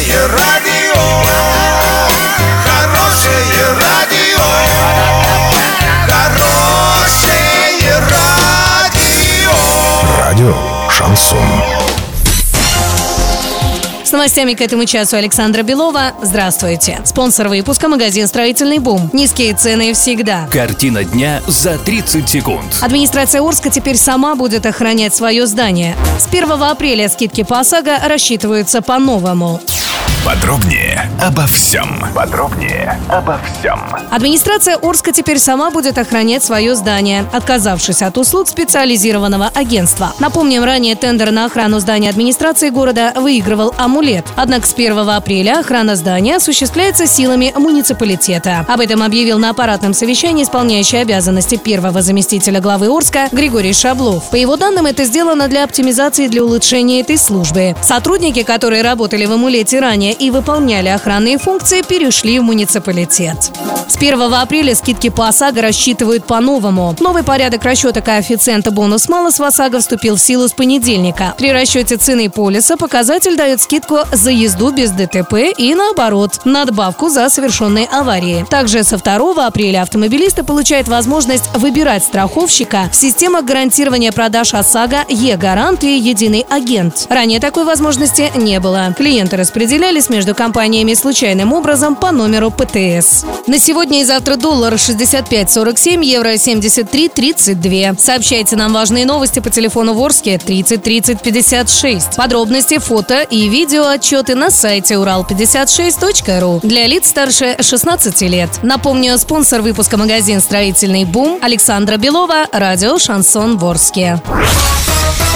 Хорошее радио, хорошее радио, хорошее радио. Радио «Шансон». С новостями к этому часу Александра Белова. Здравствуйте. Спонсор выпуска — магазин «Строительный бум». Низкие цены всегда. Картина дня за 30 секунд. Администрация Орска теперь сама будет охранять свое здание. С 1 апреля скидки по ОСАГО рассчитываются по-новому. Подробнее обо всем. Администрация Орска теперь сама будет охранять свое здание, отказавшись от услуг специализированного агентства. Напомним, ранее тендер на охрану здания администрации города выигрывал «Амулет». Однако с 1 апреля охрана здания осуществляется силами муниципалитета. Об этом объявил на аппаратном совещании исполняющий обязанности первого заместителя главы Орска Григорий Шаблов. По его данным, это сделано для оптимизации и для улучшения этой службы. Сотрудники, которые работали в «Амулете» ранее и выполняли охранные функции, перешли в муниципалитет. С 1 апреля скидки по ОСАГО рассчитывают по-новому. Новый порядок расчета коэффициента бонус-малус в ОСАГО вступил в силу с понедельника. При расчете цены полиса показатель дает скидку за езду без ДТП и, наоборот, надбавку за совершенные аварии. Также со 2 апреля автомобилисты получают возможность выбирать страховщика в системах гарантирования продаж ОСАГО «Е-Гарант» и «Единый агент». Ранее такой возможности не было. Клиенты распределялись между компаниями случайным образом по номеру ПТС. На сегодня и завтра доллар 65.47, евро 73.32. Сообщайте нам важные новости по телефону в Орске 30 30 56. Подробности, фото и видео отчеты на сайте урал56.ру для лиц старше 16 лет. Напомню, спонсор выпуска — магазин «Строительный бум». Александра Белова, радио «Шансон» в Орске.